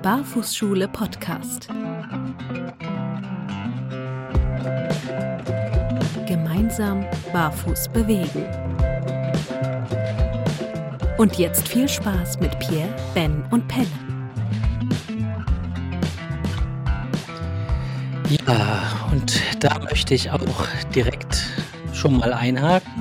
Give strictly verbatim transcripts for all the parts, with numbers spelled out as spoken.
Barfußschule Podcast. Gemeinsam barfuß bewegen. Und jetzt viel Spaß mit Pierre, Ben und Pelle. Ja, und da möchte ich auch direkt schon mal einhaken.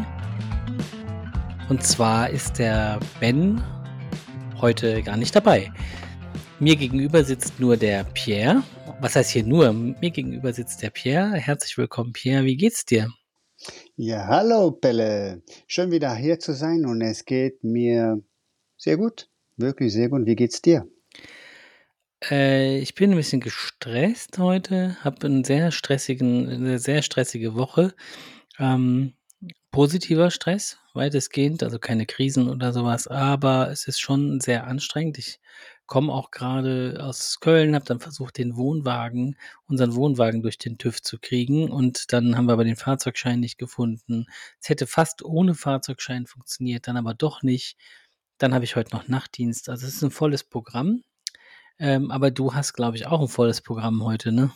Und zwar ist der Ben heute gar nicht dabei. Mir gegenüber sitzt nur der Pierre. Was heißt hier nur? Mir gegenüber sitzt der Pierre. Herzlich willkommen, Pierre. Wie geht's dir? Ja, hallo Pelle. Schön wieder hier zu sein und es geht mir sehr gut. Wirklich sehr gut. Wie geht's dir? Äh, ich bin ein bisschen gestresst heute, habe einen sehr stressigen, eine sehr stressige Woche. Ähm, positiver Stress, weitestgehend, also keine Krisen oder sowas, aber es ist schon sehr anstrengend. Ich komme auch gerade aus Köln, habe dann versucht, den Wohnwagen, unseren Wohnwagen durch den TÜV zu kriegen und dann haben wir aber den Fahrzeugschein nicht gefunden. Es hätte fast ohne Fahrzeugschein funktioniert, dann aber doch nicht. Dann habe ich heute noch Nachtdienst. Also es ist ein volles Programm. Ähm, aber du hast, glaube ich, auch ein volles Programm heute, ne?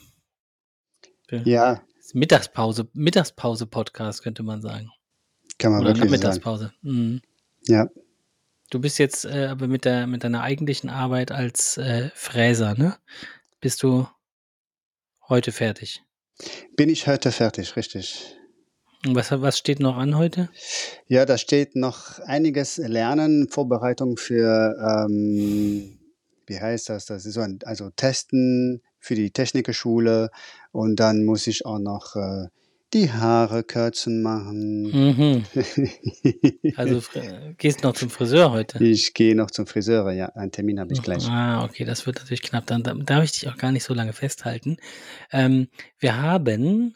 Für Ja, Mittagspause, Mittagspause-Podcast, könnte man sagen. kann man Oder wirklich so sagen. Nachmittagspause. Mhm. Ja, Du bist jetzt äh, aber mit der mit deiner eigentlichen Arbeit als äh, Fräser, ne? Bist du heute fertig? bin ich heute fertig, richtig. Und was, was steht noch an heute? Ja, da steht noch einiges lernen, Vorbereitung für, ähm, wie heißt das? Das ist so ein, also Testen für die Technikerschule und dann muss ich auch noch äh, die Haare kürzen machen. Mhm. Also fr- gehst noch zum Friseur heute? Ich gehe noch zum Friseur, ja, einen Termin habe ich gleich. Ah, okay, das wird natürlich knapp. Dann da- darf ich dich auch gar nicht so lange festhalten. Ähm, wir haben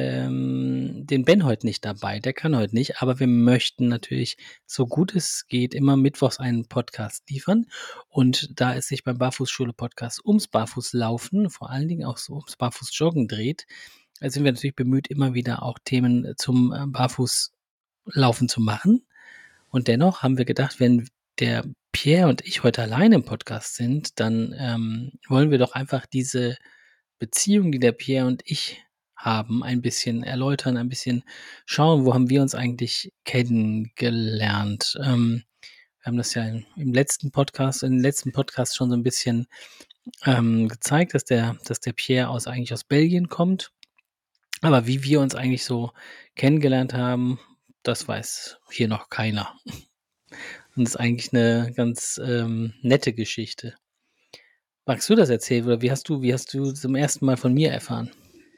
ähm, den Ben heute nicht dabei, der kann heute nicht, aber wir möchten natürlich, so gut es geht, immer mittwochs einen Podcast liefern. Und da es sich beim Barfußschule-Podcast ums Barfußlaufen, vor allen Dingen auch so ums Barfußjoggen dreht, äh, sind wir natürlich bemüht, immer wieder auch Themen zum äh, Barfußlaufen zu machen. Und dennoch haben wir gedacht, wenn der Pierre und ich heute alleine im Podcast sind, dann ähm, wollen wir doch einfach diese Beziehung, die der Pierre und ich haben, ein bisschen erläutern, ein bisschen schauen, wo haben wir uns eigentlich kennengelernt. Ähm, wir haben das ja im, im letzten Podcast, in den letzten Podcast schon so ein bisschen ähm, gezeigt, dass der, dass der Pierre aus eigentlich aus Belgien kommt. Aber wie wir uns eigentlich so kennengelernt haben, das weiß hier noch keiner. Und das ist eigentlich eine ganz ähm, nette Geschichte. Magst du das erzählen oder wie hast du, wie hast du zum ersten Mal von mir erfahren?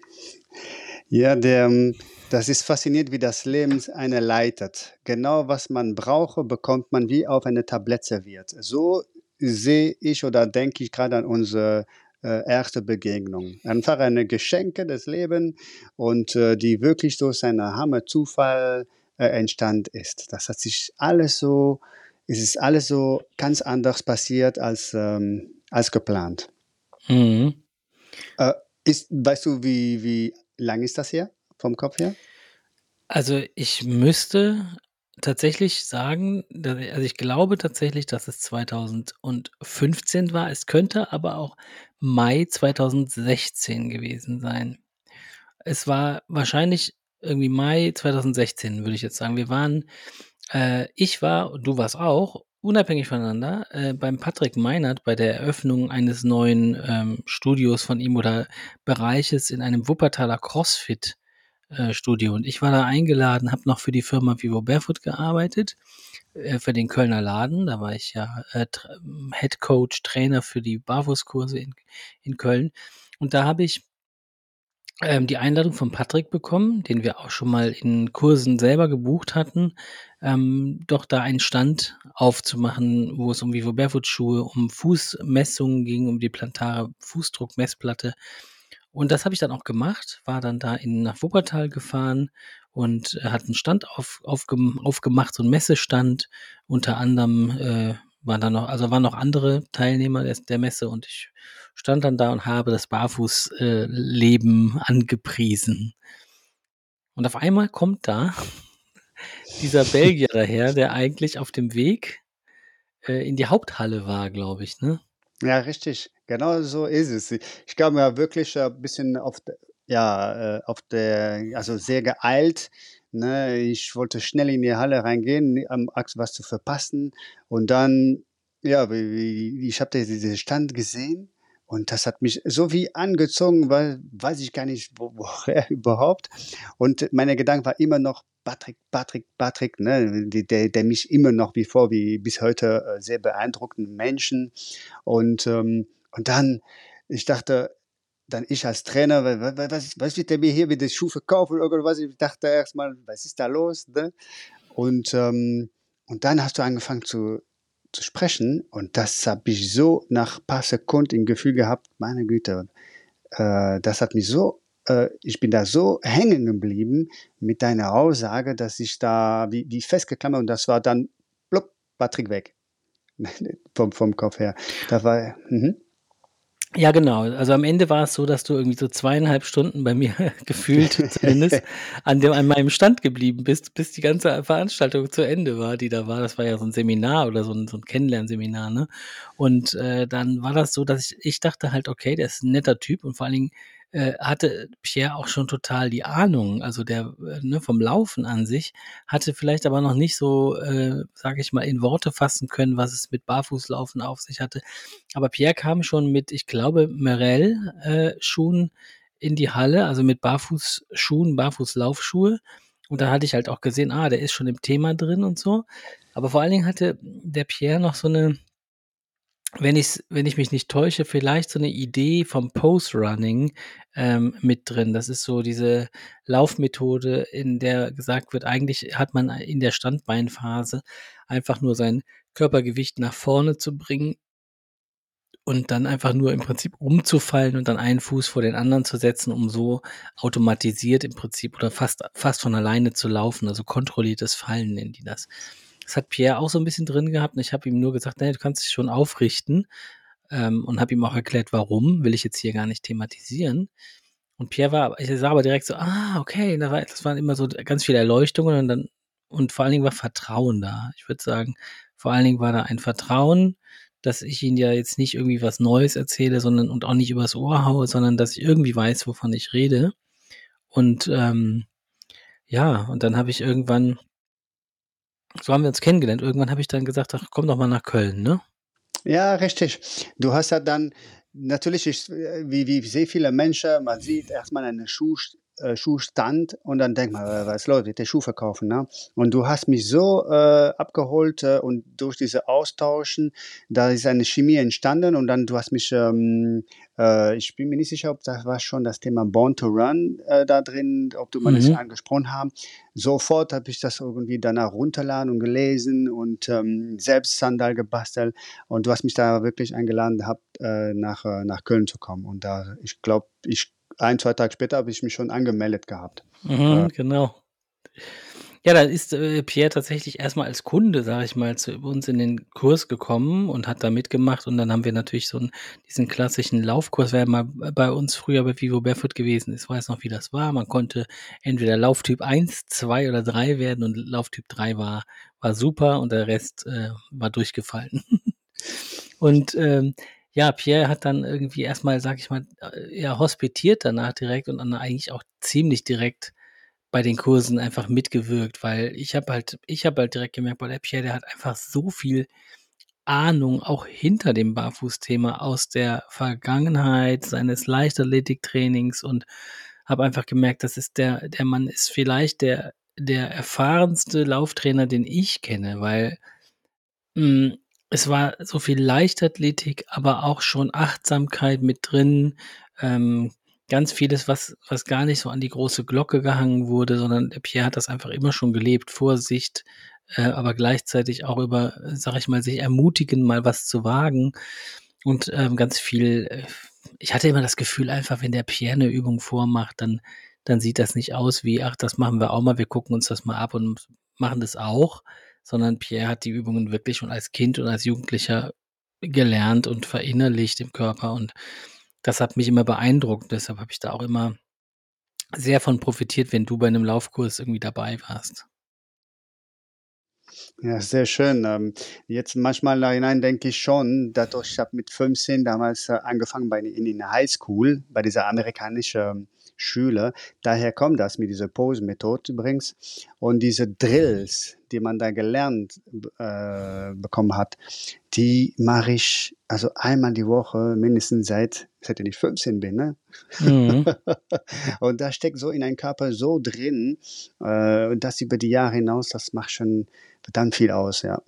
Ja, der, ähm, das ist faszinierend, wie das Leben einen leitet. Genau was man brauche, bekommt man wie auf eine Tablette serviert. So sehe ich oder denke ich gerade an unsere äh, erste Begegnung. Einfach eine Geschenke des Lebens und äh, die wirklich durch einen Hammer Zufall äh, entstanden ist. Das hat sich alles so, es ist alles so ganz anders passiert als, ähm, als geplant. Mhm. Äh, ist, weißt du, wie, wie lang ist das her vom Kopf her? Also ich müsste tatsächlich sagen, dass, also ich glaube tatsächlich, dass es zweitausendfünfzehn war. Es könnte aber auch Mai zweitausendsechzehn gewesen sein. Es war wahrscheinlich irgendwie Mai zweitausendsechzehn, würde ich jetzt sagen. Wir waren, äh, ich war und du warst auch, unabhängig voneinander, äh, beim Patrick Meinert bei der Eröffnung eines neuen ähm, Studios von ihm oder Bereiches in einem Wuppertaler CrossFit äh, Studio. Und ich war da eingeladen, habe noch für die Firma Vivo Barefoot gearbeitet, äh, für den Kölner Laden. Da war ich ja äh, Tra- Head Coach, Trainer für die Barfußkurse in, in Köln. Und da habe ich ähm, die Einladung von Patrick bekommen, den wir auch schon mal in Kursen selber gebucht hatten, ähm, doch da einen Stand aufzumachen, wo es um Vivo Barefoot Schuhe, um Fußmessungen ging, um die plantare Fußdruckmessplatte. Und das habe ich dann auch gemacht, war dann da in nach Wuppertal gefahren und äh, hat einen Stand auf, aufgem aufgemacht, so 'n Messestand. Unter anderem äh, waren da noch, also waren noch andere Teilnehmer des, der Messe und ich stand dann da und habe das Barfußleben äh, Leben angepriesen. Und auf einmal kommt da dieser Belgier daher, der eigentlich auf dem Weg äh, in die Haupthalle war, glaube ich, ne? Ja, richtig. Genau so ist es. Ich kam ja wirklich äh, ein bisschen auf d ja, äh, auf der also sehr geeilt, ne? Ich wollte schnell in die Halle reingehen, am Angst, was zu verpassen. Und dann, ja, wie wie ich habe da diesen Stand gesehen und das hat mich so wie angezogen, weil weiß ich gar nicht, wo woher überhaupt. Und meine Gedanke war immer noch Patrick, Patrick, Patrick, ne? D der der mich immer noch wie vor wie bis heute, äh, sehr beeindruckenden Menschen. Und, ähm und dann ich dachte dann ich als Trainer, wa wa wa was was wird der mir hier wieder Schuhe verkaufen oder irgendwas? Ich dachte erst mal: „Was ist da los“, ne? Und, ähm und dann hast du angefangen zu zu sprechen und das habe ich so nach paar Sekunden im Gefühl gehabt, meine Güte, äh, das hat mich so äh, ich bin da so hängen geblieben mit deiner Aussage, dass ich da wie wie festgeklammert und das war dann plopp, Patrick weg vom vom Kopf her. Da war mhm. Ja, genau. Also, am Ende war es so, dass du irgendwie so zweieinhalb Stunden bei mir gefühlt zumindest an dem an meinem Stand geblieben bist, bis die ganze Veranstaltung zu Ende war, die da war. Das war ja so 'n Seminar oder so 'n so 'n Kennenlernseminar, ne? Und, äh, dann war das so, dass ich ich dachte halt: „Okay, der ist 'n netter Typ“, und vor allen Dingen, äh, hatte Pierre auch schon total die Ahnung, also der, äh, ne, vom Laufen an sich, hatte vielleicht aber noch nicht so, äh, sage ich mal, in Worte fassen können, was es mit Barfußlaufen auf sich hatte. Aber Pierre kam schon mit, ich glaube, Merrell, äh, Schuhen in die Halle, also mit Barfußschuhen, Barfußlaufschuhe. Und da hatte ich halt auch gesehen, ah, der ist schon im Thema drin und so. Aber vor allen Dingen hatte der Pierre noch so 'ne, wenn ich's wenn ich mich nicht täusche, vielleicht so 'ne Idee vom Pose Running, ähm, mit drin. Das ist so diese Laufmethode, in der gesagt wird, eigentlich hat man in der Standbeinphase einfach nur sein Körpergewicht nach vorne zu bringen und dann einfach nur im Prinzip umzufallen und dann einen Fuß vor den anderen zu setzen, um so automatisiert im Prinzip oder fast fast von alleine zu laufen, also kontrolliertes Fallen nennen die das. Das hat Pierre auch so 'n bisschen drin gehabt und ich habe ihm nur gesagt: „Ne, du kannst dich schon aufrichten“, ähm, und habe ihm auch erklärt, warum, will ich jetzt hier gar nicht thematisieren. Und Pierre war ich sah aber direkt so: „Ah, okay“, da war das waren immer so ganz viele Erleuchtungen und dann und vor allen Dingen war Vertrauen da. Ich würde sagen, vor allen Dingen war da ein Vertrauen, dass ich ihm ja jetzt nicht irgendwie was Neues erzähle, sondern und auch nicht übers Ohr haue, sondern dass ich irgendwie weiß, wovon ich rede. Und, ähm, ja, und dann habe ich irgendwann so haben wir uns kennengelernt. Irgendwann habe ich dann gesagt: „Ach, komm doch mal nach Köln“, ne? Ja, richtig. Du hast ja dann natürlich ist, äh, wie wie sehr viele Menschen, man sieht erst mal einen Schuh äh, Schuhstand und dann denkt man: „Äh, was ist los? Wird der Schuh verkaufen“, ne? Und du hast mich so, äh, abgeholt, äh, und durch diese Austauschen, da ist eine Chemie entstanden und dann du hast mich, ähm, äh ich bin mir nicht sicher, ob das war schon das Thema Born to Run, äh, da drin, ob du mal das Mhm. angesprochen haben. Sofort habe ich das irgendwie danach runterladen und gelesen und, ähm, selbst Sandal gebastelt. Und du hast mich da wirklich eingeladen gehabt, äh, nach äh, nach Köln zu kommen. Und da ich glaube, ich ein, zwei Tage später habe ich mich schon angemeldet gehabt. Äh, Mhm, genau. Ja, dann ist, äh, Pierre tatsächlich erst mal als Kunde, sage ich mal, zu uns in den Kurs gekommen und hat da mitgemacht und dann haben wir natürlich so 'n diesen klassischen Laufkurs, wer mal bei uns früher bei Vivo Barefoot gewesen ist, weiß noch, wie das war. Man konnte entweder Lauftyp eins, zwei oder drei werden und Lauftyp drei war war super und der Rest, äh, war durchgefallen. Und, ähm, ja, Pierre hat dann irgendwie erst mal, sage ich mal, äh, ja, hospitiert danach direkt und dann eigentlich auch ziemlich direkt bei den Kursen einfach mitgewirkt, weil ich habe halt ich habe halt direkt gemerkt, boah, der Pierre, der hat einfach so viel Ahnung auch hinter dem Barfußthema aus der Vergangenheit seines Leichtathletiktrainings und habe einfach gemerkt, das ist der der Mann ist vielleicht der der erfahrenste Lauftrainer, den ich kenne, weil, hm, es war so viel Leichtathletik, aber auch schon Achtsamkeit mit drin, ähm, ganz vieles, was was gar nicht so an die große Glocke gehangen wurde, sondern der Pierre hat das einfach immer schon gelebt. Vorsicht, äh, aber gleichzeitig auch über, äh, sage ich mal, sich ermutigen, mal was zu wagen und, ähm, ganz viel äh, ich hatte immer das Gefühl einfach, wenn der Pierre 'ne Übung vormacht, dann dann sieht das nicht aus wie: „Ach, das machen wir auch mal. Wir gucken uns das mal ab und machen das auch“, sondern Pierre hat die Übungen wirklich schon als Kind und als Jugendlicher gelernt und verinnerlicht im Körper und das hat mich immer beeindruckt. Deshalb habe ich da auch immer sehr von profitiert, wenn du bei 'nem Laufkurs irgendwie dabei warst. Ja, sehr schön. Ähm, jetzt manchmal nachhinein denke ich schon, dadurch ich habe mit fünfzehn damals, äh, angefangen bei in in der Highschool, bei dieser amerikanischen Schule. Daher kommt das mit dieser Pose-Methode übrigens. Und diese Drills, die man da gelernt b äh, bekommen hat, die mache ich also einmal die Woche mindestens seit seitdem ich fünfzehn bin, ne? Mhm. Und das steckt so in deinem Körper so drin, äh, das über die Jahre hinaus, das macht schon verdammt viel aus, ja.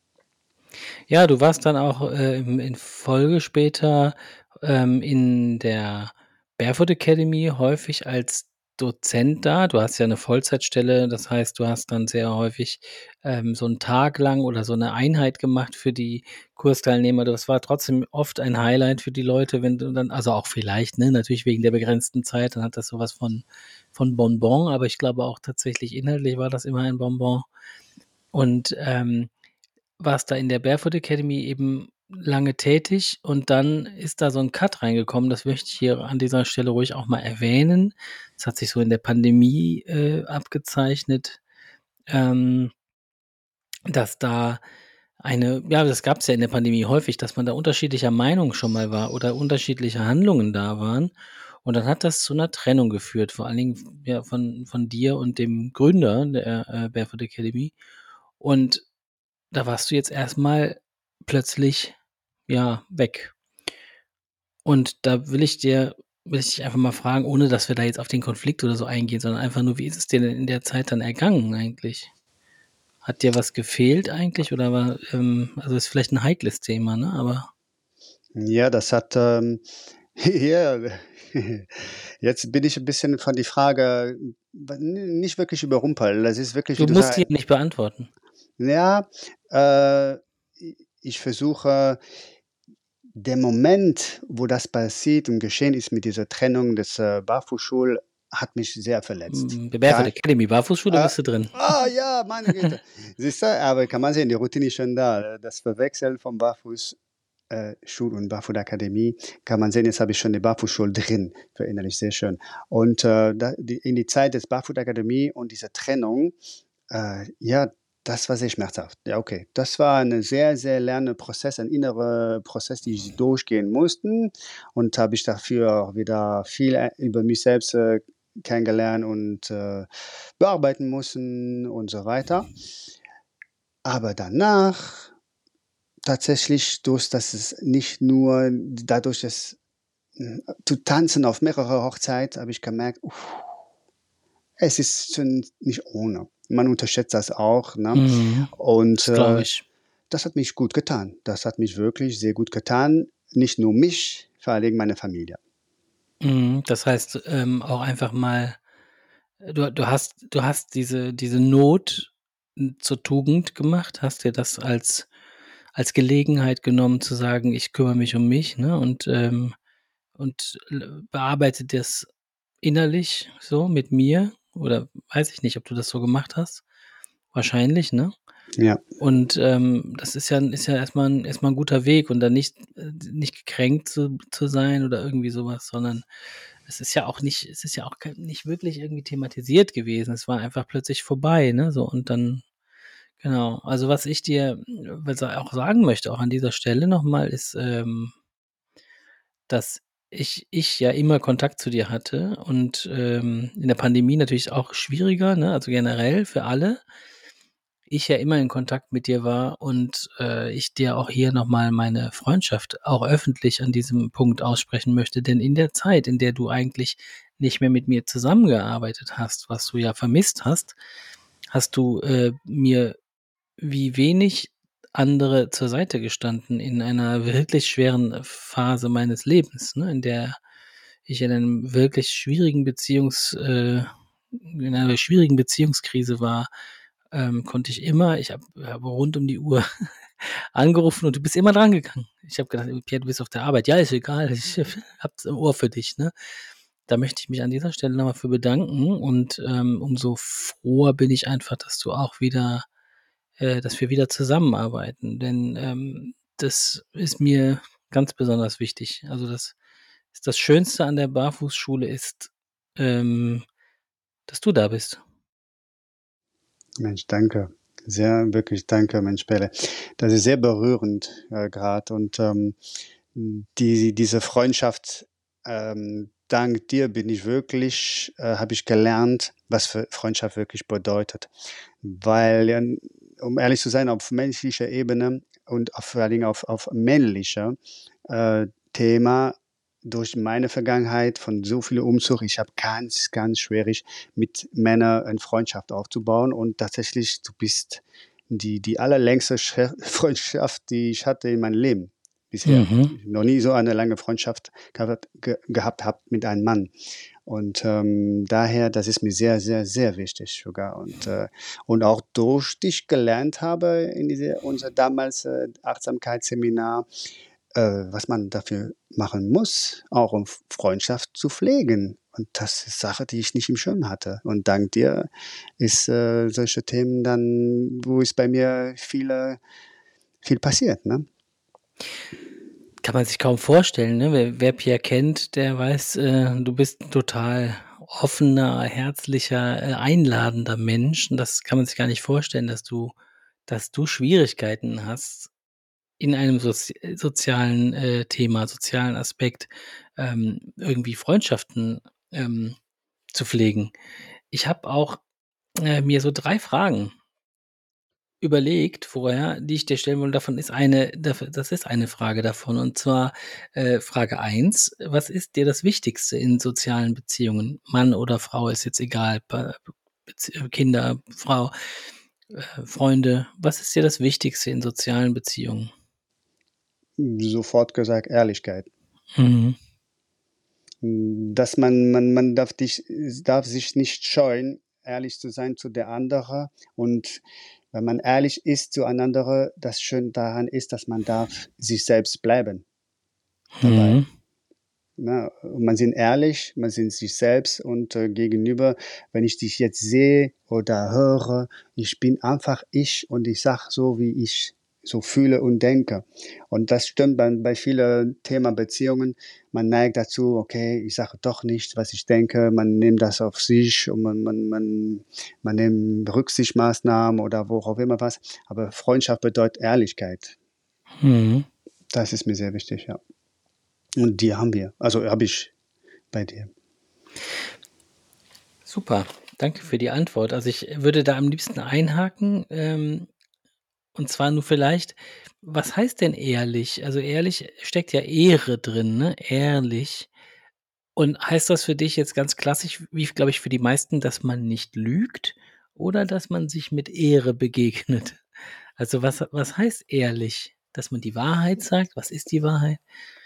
Ja, du warst dann auch, äh, im in Folge später, ähm, in der Barefoot Academy häufig als Dozent da. Du hast ja 'ne Vollzeitstelle, das heißt, du hast dann sehr häufig, ähm, so 'n Tag lang oder so 'ne Einheit gemacht für die Kursteilnehmer. Das war trotzdem oft ein Highlight für die Leute, wenn du dann also auch vielleicht, ne, natürlich wegen der begrenzten Zeit, dann hat das so was von von Bonbon, aber ich glaube auch tatsächlich inhaltlich war das immer ein Bonbon. Und, ähm, warst da in der Barefoot Academy eben lange tätig und dann ist da so 'n Cut reingekommen. Das möchte ich hier an dieser Stelle ruhig auch mal erwähnen. Das hat sich so in der Pandemie, äh, abgezeichnet, ähm dass da eine ja, das gab's ja in der Pandemie häufig, dass man da unterschiedlicher Meinung schon mal war oder unterschiedliche Handlungen da waren. Und dann hat das zu 'ner Trennung geführt, vor allen Dingen, f ja, von von dir und dem Gründer der, äh, Barefoot Academy. Und da warst du jetzt erst mal plötzlich, ja, weg. Und da will ich dir will ich dich einfach mal fragen, ohne dass wir da jetzt auf den Konflikt oder so eingehen, sondern einfach nur, wie ist es dir denn in der Zeit dann ergangen eigentlich? Hat dir was gefehlt eigentlich oder war, ähm also, ist vielleicht 'n heikles Thema, ne, aber Ja, das hat, ähm ja, jetzt bin ich 'n bisschen von die Frage w n nicht wirklich überrumpelt. Das ist wirklich, wie Du du musst sa die nicht beantworten. Ja, äh, i ich versuche der Moment, wo das passiert und geschehen ist mit dieser Trennung des, äh, Barfußschul, hat mich sehr verletzt. Hm, Barefoot Ka Academy, Barfußschule äh, bist du drin. ah, ja, meine Güte. Siehst du, aber kann man sehen, die Routine ist schon da. Das Verwechseln von Barfuß äh, Schul und Barefoot Akademie kann man sehen, jetzt habe ich schon die Barfußschule drin verinnerlicht, sehr schön. Und, äh, da die in die Zeit des Barefoot Akademie und dieser Trennung, äh, ja, das war sehr schmerzhaft. Ja, okay. Das war 'ne sehr, sehr Lernprozess, ein innerer Prozess, die ich durchgehen mussten und habe ich dafür auch wieder viel, äh, über mich selbst, äh, kennengelernt und, äh, bearbeiten müssen und so weiter. Aber danach tatsächlich durch dass es nicht nur dadurch, dass hm, zu tanzen auf mehrere Hochzeit, habe ich gemerkt, es ist schon nicht ohne. Man unterschätzt das auch, ne? Mhm. Und, Das glaube äh, ich. das hat mich gut getan. Das hat mich wirklich sehr gut getan. Nicht nur mich, vor allen Dingen meine Familie. Mhm. Das heißt, ähm, auch einfach mal äh, du du hast du hast diese diese Not, hm, zur Tugend gemacht, hast dir das als als Gelegenheit genommen zu sagen: „Ich kümmere mich um mich“, ne, und, ähm und l bearbeite das innerlich so mit mir oder weiß ich nicht, ob du das so gemacht hast. Wahrscheinlich, ne? Ja. Und, ähm, das ist ja 'n ist ja erst mal 'n erst mal 'n guter Weg und dann nicht äh, nicht gekränkt zu zu sein oder irgendwie so was, sondern es ist ja auch nicht es ist ja auch kei nicht wirklich irgendwie thematisiert gewesen. Es war einfach plötzlich vorbei, ne, so und dann genau. Also, was ich dir, äh, sa auch sagen möchte, auch an dieser Stelle noch mal, ist, ähm dass ich ich ja immer Kontakt zu dir hatte und, ähm, in der Pandemie natürlich auch schwieriger, ne, also generell für alle. Ich ja immer in Kontakt mit dir war und, äh, ich dir auch hier noch mal meine Freundschaft auch öffentlich an diesem Punkt aussprechen möchte, denn in der Zeit, in der du eigentlich nicht mehr mit mir zusammengearbeitet hast, was du ja vermisst hast, hast du, äh, mir wie wenig andere zur Seite gestanden in einer wirklich schweren Phase meines Lebens, ne, in der ich in einem wirklich schwierigen Beziehungs äh, in einer schwierigen Beziehungskrise war, ähm, konnte ich immer ich habe habe rund um die Uhr angerufen und du bist immer drangegangen. Ich habe gedacht: „Pierre, du bist auf der Arbeit.“ „Ja, ist egal, ich habe das Ohr für dich“, ne? Da möchte ich mich an dieser Stelle noch mal für bedanken und, ähm, umso froher bin ich einfach, dass du auch wieder äh, dass wir wieder zusammenarbeiten, denn, ähm, das ist mir ganz besonders wichtig. Also, das ist das Schönste an der Barfußschule ist, ähm, dass du da bist. Mensch, danke. Sehr wirklich, danke, Mensch, Pelle. Das ist sehr berührend, äh, grad und, ähm, die diese Freundschaft, ähm, dank dir bin ich wirklich äh, habe ich gelernt, was für Freundschaft wirklich bedeutet. Weil, ja, um ehrlich zu sein, auf menschlicher Ebene und auf vor allen Dingen auf auf männlicher, äh, Thema durch meine Vergangenheit von so viele Umzug, ich habe ganz, ganz schwierig mit Männer eine Freundschaft aufzubauen und tatsächlich, du bist die die allerlängste Sche Freundschaft, die ich hatte in meinem Leben bisher. Mhm. Noch nie so eine lange Freundschaft gehabt ge gehabt habe mit einem Mann. Und, ähm, daher, das ist mir sehr, sehr, sehr wichtig sogar und, äh und auch durch dich gelernt habe in diese unser damals, äh, Achtsamkeitsseminar, äh, was man dafür machen muss, auch um F Freundschaft zu pflegen. Und das ist Sache, die ich nicht im Schirm hatte. Und dank dir ist, äh, solche Themen dann wo ist bei mir viele viel passiert, ne? Kann man sich kaum vorstellen, ne? Wer wer Pierre kennt, der weiß, äh, du bist 'n total offener, herzlicher, äh, einladender Mensch. Und das kann man sich gar nicht vorstellen, dass du dass du Schwierigkeiten hast, in einem sozi sozialen, äh, Thema, sozialen Aspekt, ähm, irgendwie Freundschaften, ähm, zu pflegen. Ich habe auch, äh, mir so drei Fragen überlegt vorher, die ich dir stellen will. Und davon ist eine daf das ist eine Frage davon. Und zwar, äh, Frage eins: Was ist dir das Wichtigste in sozialen Beziehungen? Mann oder Frau, ist jetzt egal, pa Bezie Kinder, Frau, äh, Freunde. Was ist dir das Wichtigste in sozialen Beziehungen? Sofort gesagt, Ehrlichkeit. Mhm. Hm, dass man man man darf dich darf sich nicht scheuen, ehrlich zu sein zu der andere. Und wenn man ehrlich ist zu ein anderer, das Schöne daran ist, dass man darf sich selbst bleiben dabei, Mhm. ne? Man sind ehrlich, man sind sich selbst und, äh, gegenüber, wenn ich dich jetzt sehe oder höre, ich bin einfach ich und ich sage so, wie ich so fühle und denke. Und das stimmt dann bei vielen Thema Beziehungen. Man neigt dazu: „Okay, ich sage doch nicht, was ich denke.“ Man nimmt das auf sich und man man man man nimmt Rücksichtsmaßnahmen oder wo auch immer was. Aber Freundschaft bedeutet Ehrlichkeit. Mhm. Das ist mir sehr wichtig, ja. Und die haben wir. Also, habe ich bei dir. Super, danke für die Antwort. Also, ich würde da am liebsten einhaken, ähm, und zwar nur vielleicht, was heißt denn ehrlich? Also, ehrlich steckt ja Ehre drin, ne? Ehrlich. Und heißt das für dich jetzt ganz klassisch, wie glaube ich, für die meisten, dass man nicht lügt oder dass man sich mit Ehre begegnet? Also, was was heißt ehrlich? Dass man die Wahrheit sagt? Was ist die Wahrheit?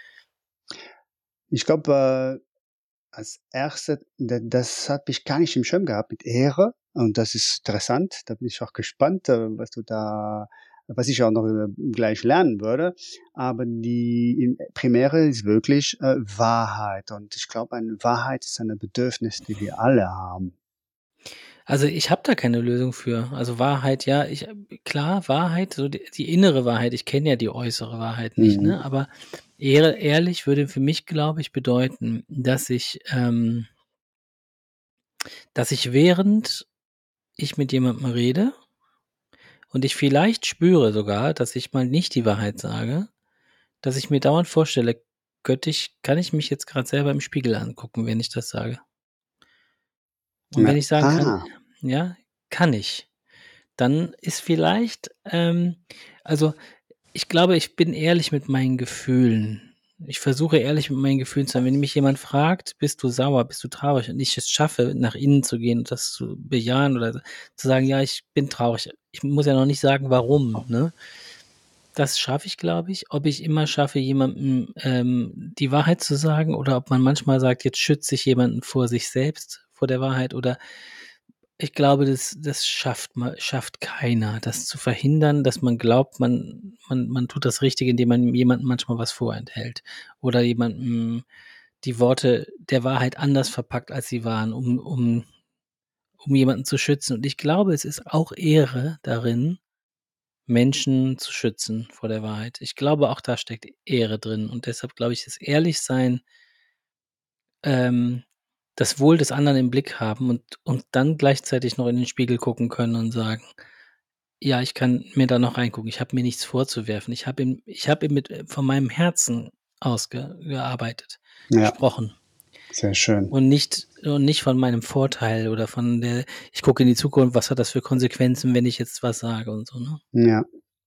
Ich glaube, äh, als Erste, da das habe ich gar nicht im Schirm gehabt mit Ehre und das ist interessant. Da bin ich auch gespannt, äh, was du da was ich auch noch, äh, gleich lernen würde. Aber die im Primäre ist wirklich, äh, Wahrheit und ich glaube, eine Wahrheit ist ein Bedürfnis, die wir alle haben. Also, ich habe da keine Lösung für. Also, Wahrheit, ja, ich klar, Wahrheit, so die die innere Wahrheit. Ich kenne ja die äußere Wahrheit nicht, Mhm. ne? Aber Ehre ehrlich würde für mich, glaube ich, bedeuten, dass ich, ähm dass ich, während ich mit jemandem rede und ich vielleicht spüre sogar, dass ich mal nicht die Wahrheit sage, dass ich mir dauernd vorstelle: „Könnte ich kann ich mich jetzt grad selber im Spiegel angucken, wenn ich das sage?“ Und Ja. wenn ich sagen kann: Ah. „Ja, kann ich“, dann ist vielleicht, ähm also, ich glaube, ich bin ehrlich mit meinen Gefühlen. Ich versuche, ehrlich mit meinen Gefühlen zu sein. Wenn mich jemand fragt: „Bist du sauer? Bist du traurig?“ und ich es schaffe, nach innen zu gehen und das zu bejahen oder zu sagen: „Ja, ich bin traurig.“ Ich muss ja noch nicht sagen, warum, ne? Das schaffe ich, glaube ich. Ob ich immer schaffe, jemandem, ähm, die Wahrheit zu sagen oder ob man manchmal sagt: „Jetzt schütze ich jemanden vor sich selbst, vor der Wahrheit“, oder ich glaube, das das schafft ma schafft keiner, das zu verhindern, dass man glaubt, man man man tut das Richtige, indem man jemandem manchmal was vorenthält oder jemandem die Worte der Wahrheit anders verpackt, als sie waren, um um um jemanden zu schützen. Und ich glaube, es ist auch Ehre darin, Menschen zu schützen vor der Wahrheit. Ich glaube, auch da steckt Ehre drin und deshalb glaube ich, ist Ehrlichsein ähm, das Wohl des anderen im Blick haben und und dann gleichzeitig noch in den Spiegel gucken können und sagen Ja, ich kann mir da noch reingucken. Ich habe mir nichts vorzuwerfen. Ich habe ihm ich habe ihm mit äh, von meinem Herzen aus ge gearbeitet, Ja, gesprochen sehr schön. und nicht und nicht von meinem Vorteil oder von der ich gucke in die Zukunft, was hat das für Konsequenzen, wenn ich jetzt was sage und so, ne? Ja.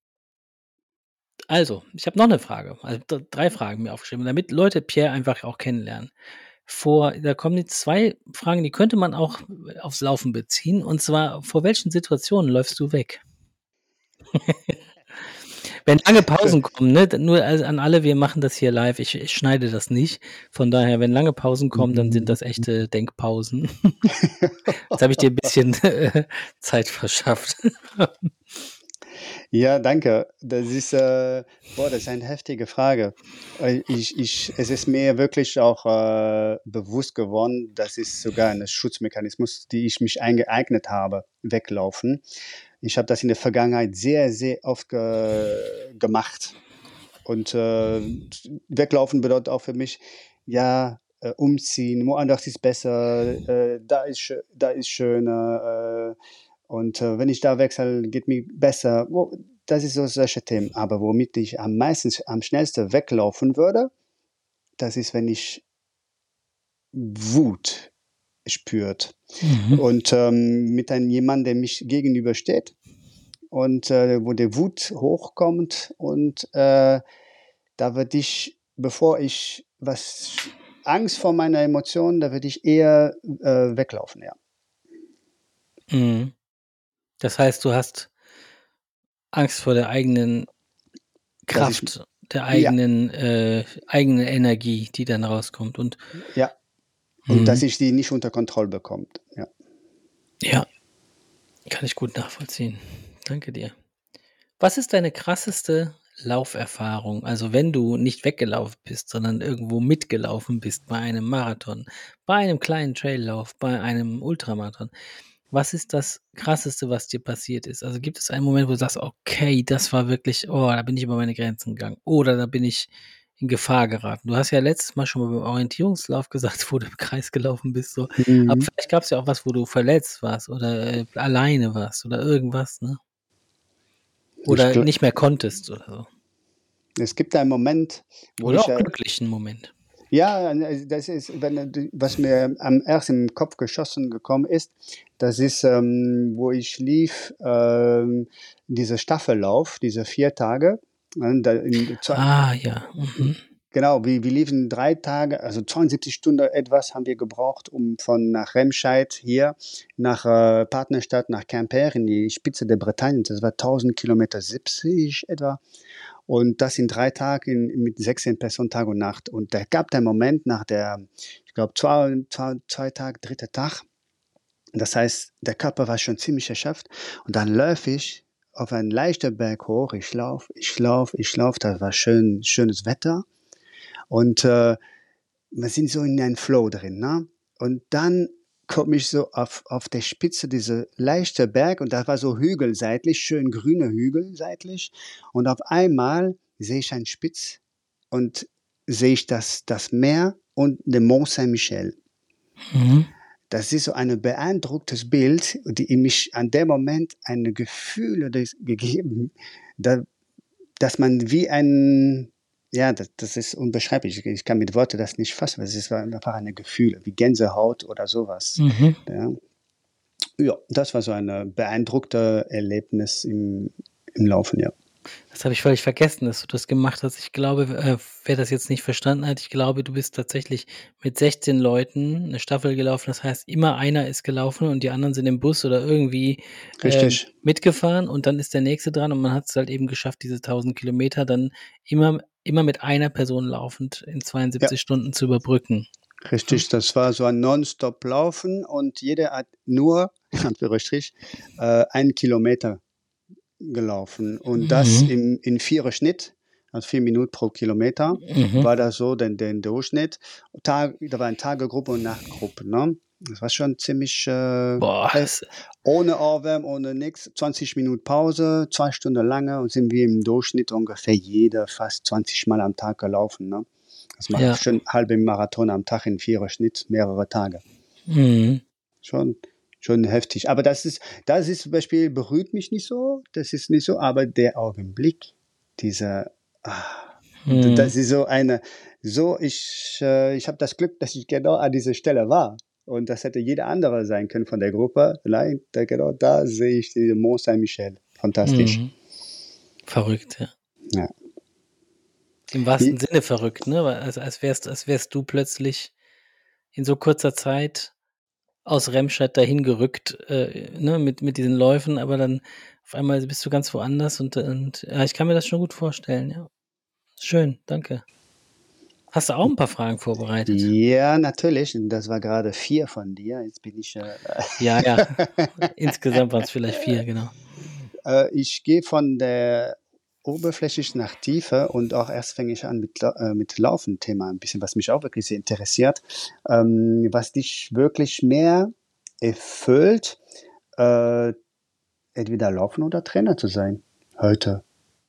Also, ich habe noch 'ne Frage, also d drei Fragen mir aufgeschrieben, damit Leute Pierre einfach auch kennenlernen. Vor da kommen jetzt zwei Fragen, die könnte man auch aufs Laufen beziehen, und zwar: Vor welchen Situationen läufst du weg? Wenn lange Pausen kommen, ne, dann nur also an alle, wir machen das hier live. Ich ich schneide das nicht. Von daher, wenn lange Pausen kommen, dann sind das echte Denkpausen. Jetzt habe ich dir 'n bisschen, äh, Zeit verschafft. Ja, danke. Das ist, äh boah, das ist eine heftige Frage. Äh, ich ich es ist mir wirklich auch, äh, bewusst geworden, das ist sogar 'ne Schutzmechanismus, die ich mich eingeeignet habe, weglaufen. Ich habe das in der Vergangenheit sehr, sehr oft ge gemacht. Und, äh, weglaufen bedeutet auch für mich, ja, äh, umziehen, woanders ist besser, äh, da ist schö da ist schöner, äh, und, äh, wenn ich da wechsle, geht mir besser. Wo das ist so solche Themen. Aber womit ich am meisten am schnellsten weglaufen würde, das ist, wenn ich Wut spürt Mhm. und, ähm, mit einem jemand, der mich gegenübersteht und, äh, wo der Wut hochkommt und, äh, da würde ich, bevor ich was Angst vor meiner Emotionen, da würde ich eher, äh, weglaufen, ja. Mhm. Das heißt, du hast Angst vor der eigenen Dass ich Kraft, der ja, eigenen äh, eigenen Energie, die dann rauskommt und ja, und dass mhm. ich die nicht unter Kontrolle bekommt, ja. Ja, kann ich gut nachvollziehen. Danke dir. Was ist deine krasseste Lauferfahrung? Also, wenn du nicht weggelaufen bist, sondern irgendwo mitgelaufen bist bei einem Marathon, bei einem kleinen Traillauf, bei einem Ultramarathon. Was ist das Krasseste, was dir passiert ist? Also, gibt es einen Moment, wo du sagst: „Okay, das war wirklich oh, da bin ich über meine Grenzen gegangen oder da bin ich in Gefahr geraten?“ Du hast ja letztes Mal schon mal beim Orientierungslauf gesagt, wo du im Kreis gelaufen bist so. Aber Mhm. vielleicht gab's ja auch was, wo du verletzt warst oder, äh, alleine warst oder irgendwas, ne? Ich Oder gl nicht mehr konntest oder so. Es gibt einen Moment, wo Oder ich, auch äh glücklichen Moment. ja, äh, das ist, wenn, äh, d was mir am erst im Kopf geschossen gekommen ist, das ist, ähm, wo ich lief, ähm, dieser Staffellauf, diese vier Tage, ne, da in zwei Ah ja, mhm. genau, wir wir liefen drei Tage, also zweiundsiebzig Stunden etwas haben wir gebraucht, um von nach Remscheid hier nach, äh, Partnerstadt, nach Quimper in die Spitze der Bretagne. Das war tausend Kilometer siebzig etwa. Und das in drei Tagen mit sechzehn Personen Tag und Nacht. Und da gab der Moment nach der, ich glaube, zwei zwei zwei Tag, dritter Tag. Das heißt, der Körper war schon ziemlich erschöpft. Und dann laufe ich auf einen leichten Berg hoch. Ich laufe, ich laufe, ich laufe. Da war schön schönes Wetter. Und, äh, wir sind so in einem Flow drin, ne? Und dann komme ich so auf auf der Spitze dieser leichte Berg und da war so Hügel seitlich, schön grüne Hügel seitlich. Und auf einmal sehe ich einen Spitz und sehe ich das das Meer und den Mont Saint-Michel. Mhm. Das ist so ein beeindrucktes Bild, die in mich an dem Moment eine Gefühle das gegeben, da dass man wie ein ja, das das ist unbeschreiblich. Ich kann mit Worte das nicht fassen. Es ist einfach eine Gefühl, wie Gänsehaut oder sowas. Mhm. Ja. Ja, das war so ein beeindruckte Erlebnis im im Laufen, ja. Das habe ich völlig vergessen, dass du das gemacht hast. Ich glaube, äh, wer das jetzt nicht verstanden hat, ich glaube, du bist tatsächlich mit sechzehn Leuten 'ne Staffel gelaufen. Das heißt, immer einer ist gelaufen und die anderen sind im Bus oder irgendwie, ähm, Richtig, mitgefahren und dann ist der Nächste dran und man hat's halt eben geschafft, diese tausend Kilometer dann immer immer mit einer Person laufend in ja, zweiundsiebzig Stunden zu überbrücken, ne? richtig. Das war so ein Nonstop-Laufen und jeder hat nur, in Anführungsstrich, äh, einen Kilometer gelaufen und das Mhm. in in vierer Schnitt, also vier Minuten pro Kilometer Mhm. war das so den den Durchschnitt. Tag da waren Tagesgruppe und Nachtgruppe, ne? Das war schon ziemlich, äh, Boah, he das ohne Aufwärmen, ohne nix, zwanzig Minuten Pause, zwei Stunden lange und sind wir im Durchschnitt ungefähr jeder fast zwanzig Mal am Tag gelaufen, ne? Das macht ja. schon halben Marathon am Tag in vierer Schnitt, mehrere Tage. Mhm. Schon, schon heftig. Aber das ist das ist zum Beispiel berührt mich nicht so, das ist nicht so, aber der Augenblick, dieser ah, d Mhm. das ist so eine so ich äh, ich habe das Glück, dass ich genau an dieser Stelle war. Und das hätte jeder andere sein können von der Gruppe. Nein, da genau da sehe ich den Mont Saint-Michel. Fantastisch. Mhm. Verrückt, ja. Ja. Im wahrsten Wie Sinne verrückt, ne? Weil als als wärst als wärst du plötzlich in so kurzer Zeit aus Remscheid dahin gerückt, äh, ne, mit mit diesen Läufen, aber dann auf einmal bist du ganz woanders und und ja, ich kann mir das schon gut vorstellen, ja. Schön, danke. Hast du auch 'n paar Fragen vorbereitet? Ja, natürlich. Und das war gerade vier von dir. Jetzt bin ich, äh Ja, ja. Insgesamt waren's vielleicht vier, genau. Äh, ich gehe von der oberflächlich nach Tiefe und auch erst fange ich an mit Lau äh, mit Laufen-Thema ein bisschen, was mich auch wirklich sehr interessiert. Ähm, was dich wirklich mehr erfüllt, äh, entweder Laufen oder Trainer zu sein heute?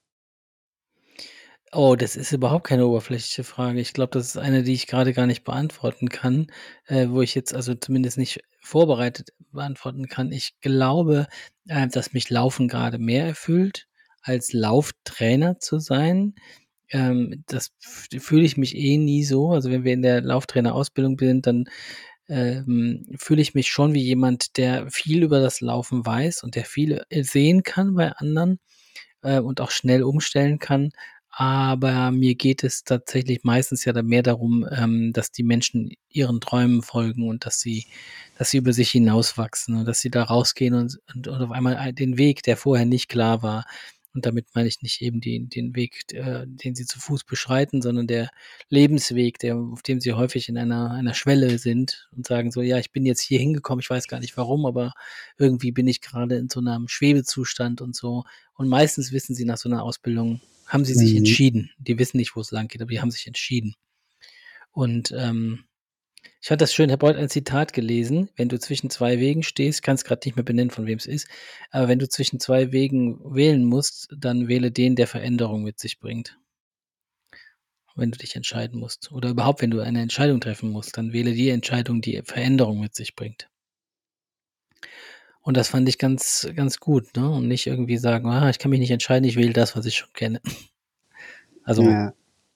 Oh, das ist überhaupt keine oberflächliche Frage. Ich glaube, das ist eine, die ich grade gar nicht beantworten kann, äh, wo ich jetzt also zumindest nicht vorbereitet beantworten kann. Ich glaube, äh, dass mich Laufen grade mehr erfüllt, als Lauftrainer zu sein. Ähm, das f fühle ich mich eh nie so. Also, wenn wir in der Lauftrainerausbildung sind, dann, ähm, fühle ich mich schon wie jemand, der viel über das Laufen weiß und der viel, äh, sehen kann bei anderen, äh, und auch schnell umstellen kann. Aber mir geht es tatsächlich meistens ja dann mehr darum, ähm, dass die Menschen ihren Träumen folgen und dass sie dass sie über sich hinauswachsen und dass sie da rausgehen und und und auf einmal ei den Weg, der vorher nicht klar war und damit meine ich nicht eben den den Weg, d äh, den sie zu Fuß beschreiten, sondern der Lebensweg, der auf dem sie häufig in einer einer Schwelle sind und sagen so: „Ja, ich bin jetzt hier hingekommen, ich weiß gar nicht warum, aber irgendwie bin ich grade in so 'nem Schwebezustand“ und so. Und meistens wissen sie nach so 'ner Ausbildung haben sie sich Mhm. entschieden. Die wissen nicht, wo's langgeht, aber die haben sich entschieden. Und, ähm, ich fand das schön, habe heute ein Zitat gelesen: „Wenn du zwischen zwei Wegen stehst“ kann's grad nicht mehr benennen, von wem's ist, aber „wenn du zwischen zwei Wegen wählen musst, dann wähle den, der Veränderung mit sich bringt.“ Wenn du dich entscheiden musst oder überhaupt, wenn du eine Entscheidung treffen musst, dann wähle die Entscheidung, die Veränderung mit sich bringt. Und das fand ich ganz ganz gut, ne? Und nicht irgendwie sagen: „Ah, ich kann mich nicht entscheiden, ich wähle das, was ich schon kenne.“ Also Ja.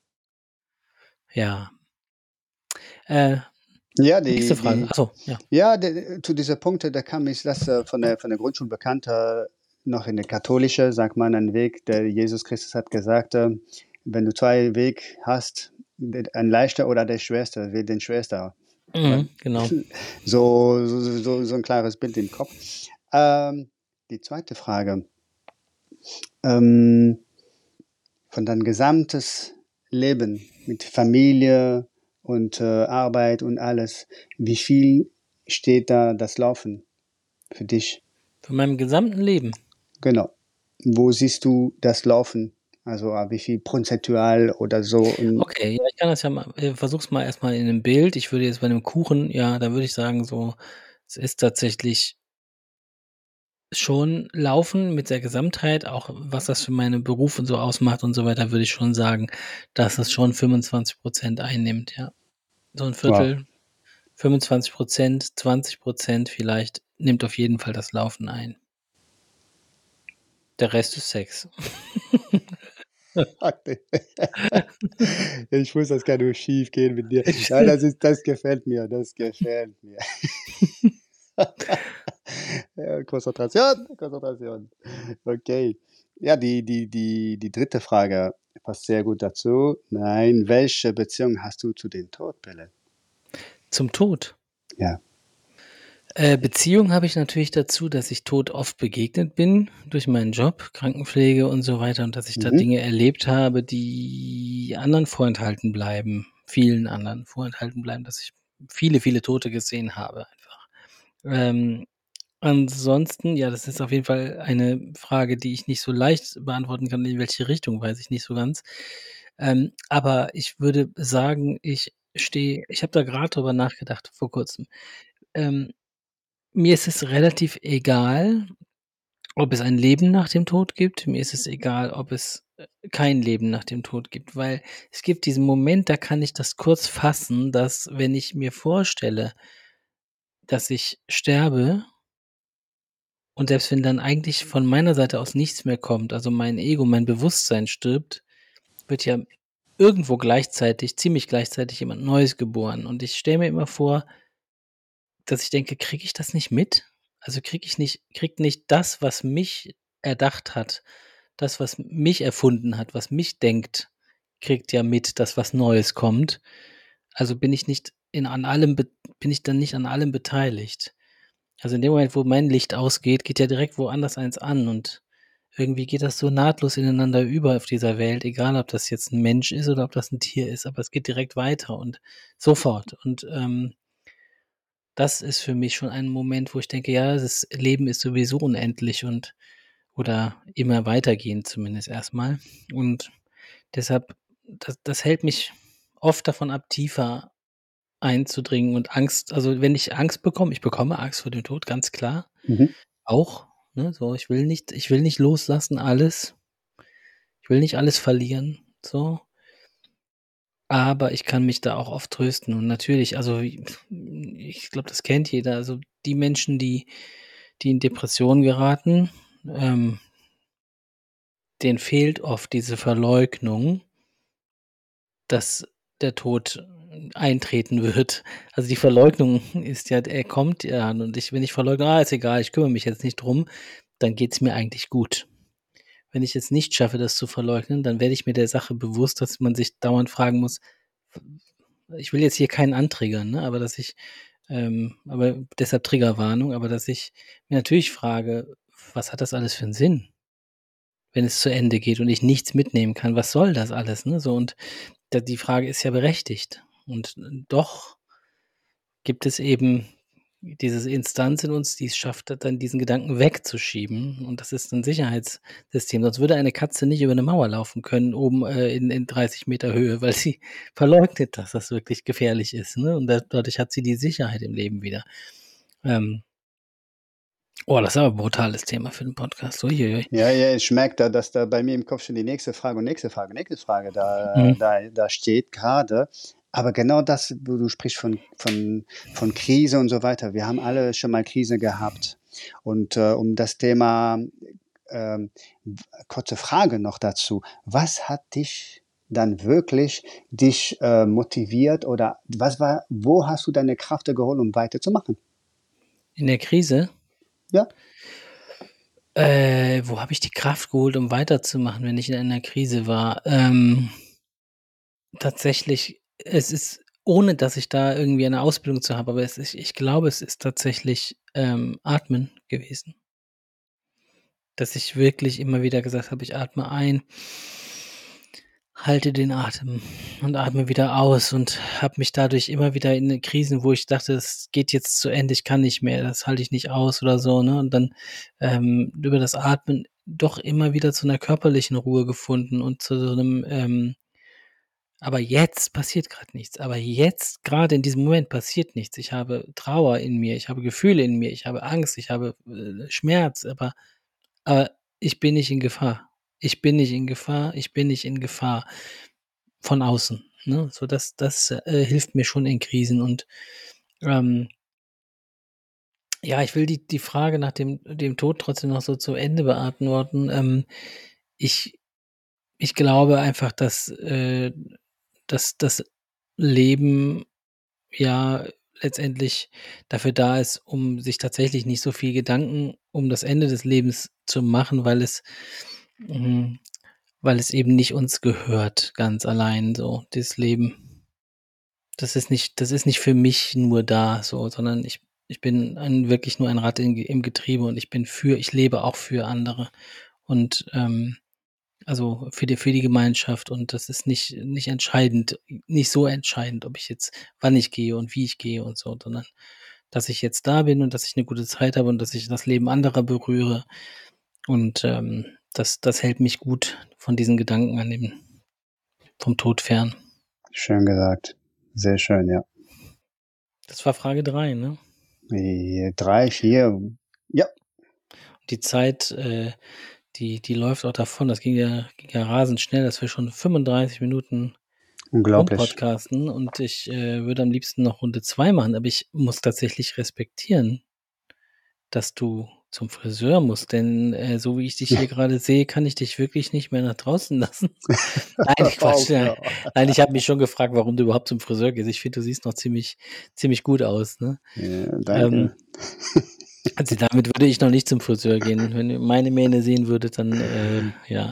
ja. Äh, Ja, nächste die Frage. die Ach so, ja. ja, d zu dieser Punkte, da kam ich das, äh, von der von der Grundschule Bekannter noch in 'ne katholische, sagt man, ein Weg, der Jesus Christus hat gesagt, ähm: „Wenn du zwei Weg hast, d ein leichter oder der schwerste, wähle den schwerster.“ Oder Mhm, genau. so so so so 'n klares Bild im Kopf. Ähm, die zweite Frage ähm von dein gesamtes Leben mit Familie und, äh, Arbeit und alles, wie viel steht da das Laufen für dich? Von meinem gesamten Leben? Genau. Wo siehst du das Laufen? Also, ah, wie viel prozentual oder so und Okay, ja, ich kann das ja mal äh, versuche es mal erst mal in 'nem Bild. Ich würde jetzt bei 'nem Kuchen ja, da würde ich sagen, so, es ist tatsächlich schon Laufen mit der Gesamtheit, auch was das für meinen Beruf und so ausmacht und so weiter, würde ich schon sagen, dass es schon fünfundzwanzig Prozent einnimmt, ja. So 'n Wow. Viertel, fünfundzwanzig Prozent, zwanzig Prozent vielleicht nimmt auf jeden Fall das Laufen ein. Der Rest ist Sex. Ich wusste, das kann nur schiefgehen mit dir. Nein, das ist das gefällt mir, das gefällt mir. Ja, Konzentration, Konzentration. Okay. Ja, die die die die dritte Frage passt sehr gut dazu. Nein, welche Beziehung hast du zu den Tod, Pelle? Zum Tod? Ja. Äh, Beziehung habe ich natürlich dazu, dass ich Tod oft begegnet bin durch meinen Job, Krankenpflege und so weiter und dass ich da Mhm. Dinge erlebt habe, die anderen vorenthalten bleiben vielen anderen vorenthalten bleiben, dass ich viele, viele Tote gesehen habe einfach. Ähm, ansonsten, ja, das ist auf jeden Fall eine Frage, die ich nicht so leicht beantworten kann. In welche Richtung, weiß ich nicht so ganz. Ähm, aber ich würde sagen, ich stehe ich habe da grad drüber nachgedacht vor Kurzem. Ähm, mir ist es relativ egal, ob es ein Leben nach dem Tod gibt. Mir ist es egal, ob es, äh, kein Leben nach dem Tod gibt, weil es gibt diesen Moment, da kann ich das kurz fassen, dass, wenn ich mir vorstelle dass ich sterbe Und selbst wenn dann eigentlich von meiner Seite aus nichts mehr kommt, also mein Ego, mein Bewusstsein stirbt, wird ja irgendwo gleichzeitig, ziemlich gleichzeitig jemand Neues geboren. Und ich stelle mir immer vor, dass ich denke: „Kriege ich das nicht mit?“ Also, kriege ich nicht kriegt nicht das, was mich erdacht hat, das, was mich erfunden hat, was mich denkt, kriegt ja mit, dass was Neues kommt. Also, bin ich nicht in an allem bet bin ich dann nicht an allem beteiligt. Also, in dem Moment, wo mein Licht ausgeht, geht ja direkt woanders eins an und irgendwie geht das so nahtlos ineinander über auf dieser Welt, egal ob das jetzt 'n Mensch ist oder ob das 'n Tier ist, aber es geht direkt weiter und sofort. Und, ähm das ist für mich schon ein Moment, wo ich denke: „Ja, das Leben ist sowieso unendlich und oder immer weitergehend zumindest erst mal.“ Und deshalb das das hält mich oft davon ab, tiefer einzudringen und Angst also, wenn ich Angst bekomme ich bekomme Angst vor dem Tod, ganz klar, Mhm. auch, ne, so. Ich will nicht ich will nicht loslassen alles. Ich will nicht alles verlieren, so. Aber ich kann mich da auch oft trösten und natürlich, also, wie ich glaube, das kennt jeder. Also, die Menschen, die die in Depressionen geraten, ähm denen fehlt oft diese Verleugnung dass der Tod eintreten wird. Also, die Verleugnung ist ja er kommt ja und ich wenn ich verleugne: „Ah, ist egal, ich kümmere mich jetzt nicht drum“, dann geht's mir eigentlich gut. Wenn ich es nicht schaffe, das zu verleugnen, dann werde ich mir der Sache bewusst, dass man sich dauernd fragen muss ich will jetzt hier keinen antriggern, ne, aber dass ich ähm, aber deshalb Triggerwarnung, aber dass ich mir natürlich frage: „Was hat das alles für 'n Sinn?“ Wenn es zu Ende geht und ich nichts mitnehmen kann, was soll das alles, ne, so und da die Frage ist ja berechtigt. Und doch gibt es eben diese Instanz in uns, die es schafft, dann diesen Gedanken wegzuschieben und das ist 'n Sicherheitssystem. Sonst würde eine Katze nicht über 'ne Mauer laufen können, oben, äh, in in dreißig Meter Höhe, weil sie verleugnet, dass das wirklich gefährlich ist, ne? Und da dadurch hat sie die Sicherheit im Leben wieder. Ähm Oh, das ist aber 'n brutales Thema für 'n Podcast. Ui, ui, ui. Ja, ja, ich merke da, dass da bei mir im Kopf schon die nächste Frage und nächste Frage, nächste Frage da Mhm. da da steht grade. Aber genau das, wo du sprichst von von von Krise und so weiter. Wir haben alle schon mal Krise gehabt. Und, äh, um das Thema ähm, w kurze Frage noch dazu. Was hat dich dann wirklich dich, äh, motiviert oder was war wo hast du deine Kraft da geholt, um weiterzumachen? In der Krise? Ja. Äh, wo habe ich die Kraft geholt, um weiterzumachen, wenn ich in einer Krise war? Ähm tatsächlich, es ist ohne dass ich da irgendwie eine Ausbildung zu habe, aber es ist ich glaube, es ist tatsächlich, ähm, Atmen gewesen. Dass ich wirklich immer wieder gesagt habe: „Ich atme ein“ „halte den Atem und atme wieder aus“ und habe mich dadurch immer wieder in den Krisen, wo ich dachte: „Es geht jetzt zu Ende, ich kann nicht mehr, das halte ich nicht aus“ oder so, ne? Und dann, ähm, über das Atmen doch immer wieder zu 'ner körperlichen Ruhe gefunden und zu so 'nem, ähm „aber jetzt passiert grad nichts. Aber jetzt, grade in diesem Moment passiert nichts. Ich habe Trauer in mir, ich habe Gefühle in mir, ich habe Angst, ich habe, äh, Schmerz, aber aber ich bin nicht in Gefahr. Ich bin nicht in Gefahr, ich bin nicht in Gefahr von außen“, ne? So, das das, äh, hilft mir schon in Krisen und, ähm ja, ich will die die Frage nach dem dem Tod trotzdem noch so zu Ende beantworten. Ähm, ich ich glaube einfach, dass, äh dass das Leben ja letztendlich dafür da ist, um sich tatsächlich nicht so viel Gedanken um das Ende des Lebens zu machen, weil es hm, weil es eben nicht uns gehört ganz allein so, dieses Leben. Das ist nicht das ist nicht für mich nur da so, sondern ich ich bin ein wirklich nur ein Rad in im Getriebe und ich bin für ich lebe auch für andere und, ähm also, für die für die Gemeinschaft und das ist nicht nicht entscheidend nicht so entscheidend, ob ich jetzt wann ich gehe und wie ich gehe und so, sondern dass ich jetzt da bin und dass ich 'ne gute Zeit habe und dass ich das Leben anderer berühre und, ähm, das das hält mich gut von diesen Gedanken an dem vom Tod fern. Schön gesagt. Sehr schön, ja. Das war Frage drei, ne? Äh, drei, vier, ja. Die Zeit, äh, die die läuft auch davon. Das ging ja ging ja rasend schnell, dass wir schon fünfunddreißig Minuten Unglaublich. rumpodcasten und ich, äh, würde am liebsten noch Runde zwei machen, aber ich muss tatsächlich respektieren dass du zum Friseur musst, denn, äh, so wie ich dich hier gerade sehe, kann ich dich wirklich nicht mehr nach draußen lassen. Nein, Quatsch, ja. Auf, ja. Nein, ich habe mich schon gefragt, warum du überhaupt zum Friseur gehst. Ich finde, du siehst noch ziemlich ziemlich gut aus, ne? Ja, danke. Ähm, also, damit würde ich noch nicht zum Friseur gehen. Wenn ihr meine Mähne sehen würdet, dann, äh, ja.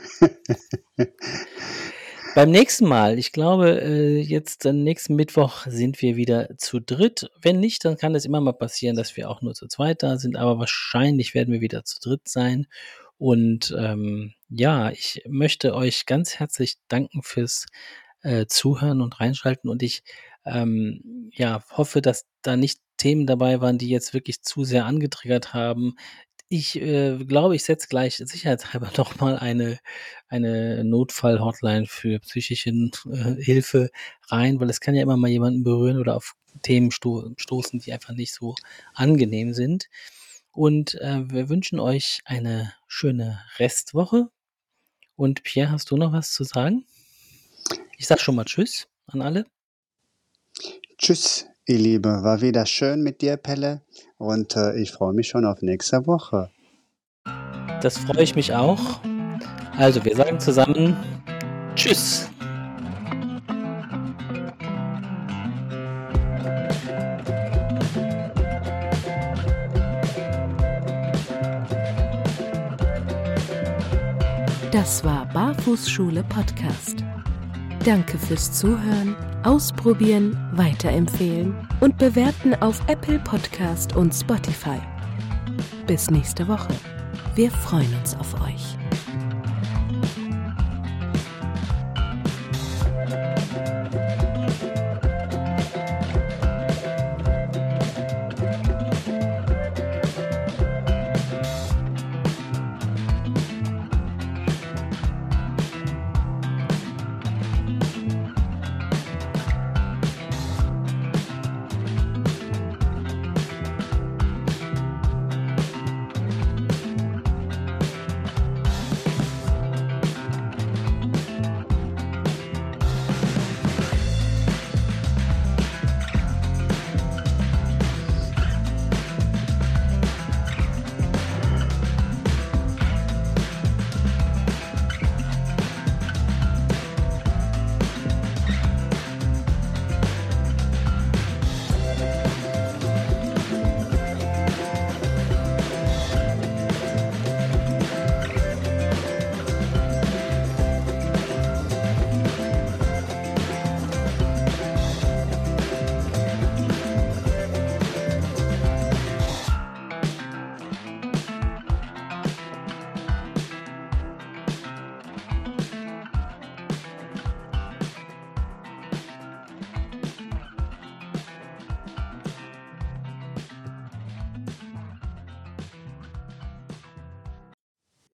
Beim nächsten Mal, ich glaube, äh, jetzt am nächsten Mittwoch sind wir wieder zu dritt. Wenn nicht, dann kann es immer mal passieren, dass wir auch nur zu zweit da sind, aber wahrscheinlich werden wir wieder zu dritt sein. Und, ähm, ja, ich möchte euch ganz herzlich danken fürs, äh, Zuhören und Reinschalten und ich, ähm, ja, hoffe, dass da nicht Themen dabei waren, die jetzt wirklich zu sehr angetriggert haben. Ich, äh, glaube, ich setze gleich sicherheitshalber noch mal eine eine Notfall-Hotline für psychische äh, Hilfe rein, weil es kann ja immer mal jemanden berühren oder auf Themen sto stoßen, die einfach nicht so angenehm sind. Und, äh, wir wünschen euch eine schöne Restwoche. Und Pierre, hast du noch was zu sagen? Ich sage schon mal tschüss an alle. Tschüss, ihr Liebe. War wieder schön mit dir, Pelle. Und äh, ich freue mich schon auf nächste Woche. Das freue ich mich auch. Also, wir sagen zusammen tschüss. Das war Barfußschule Podcast. Danke fürs Zuhören, Ausprobieren, Weiterempfehlen und Bewerten auf Apple Podcast und Spotify. Bis nächste Woche. Wir freuen uns auf euch.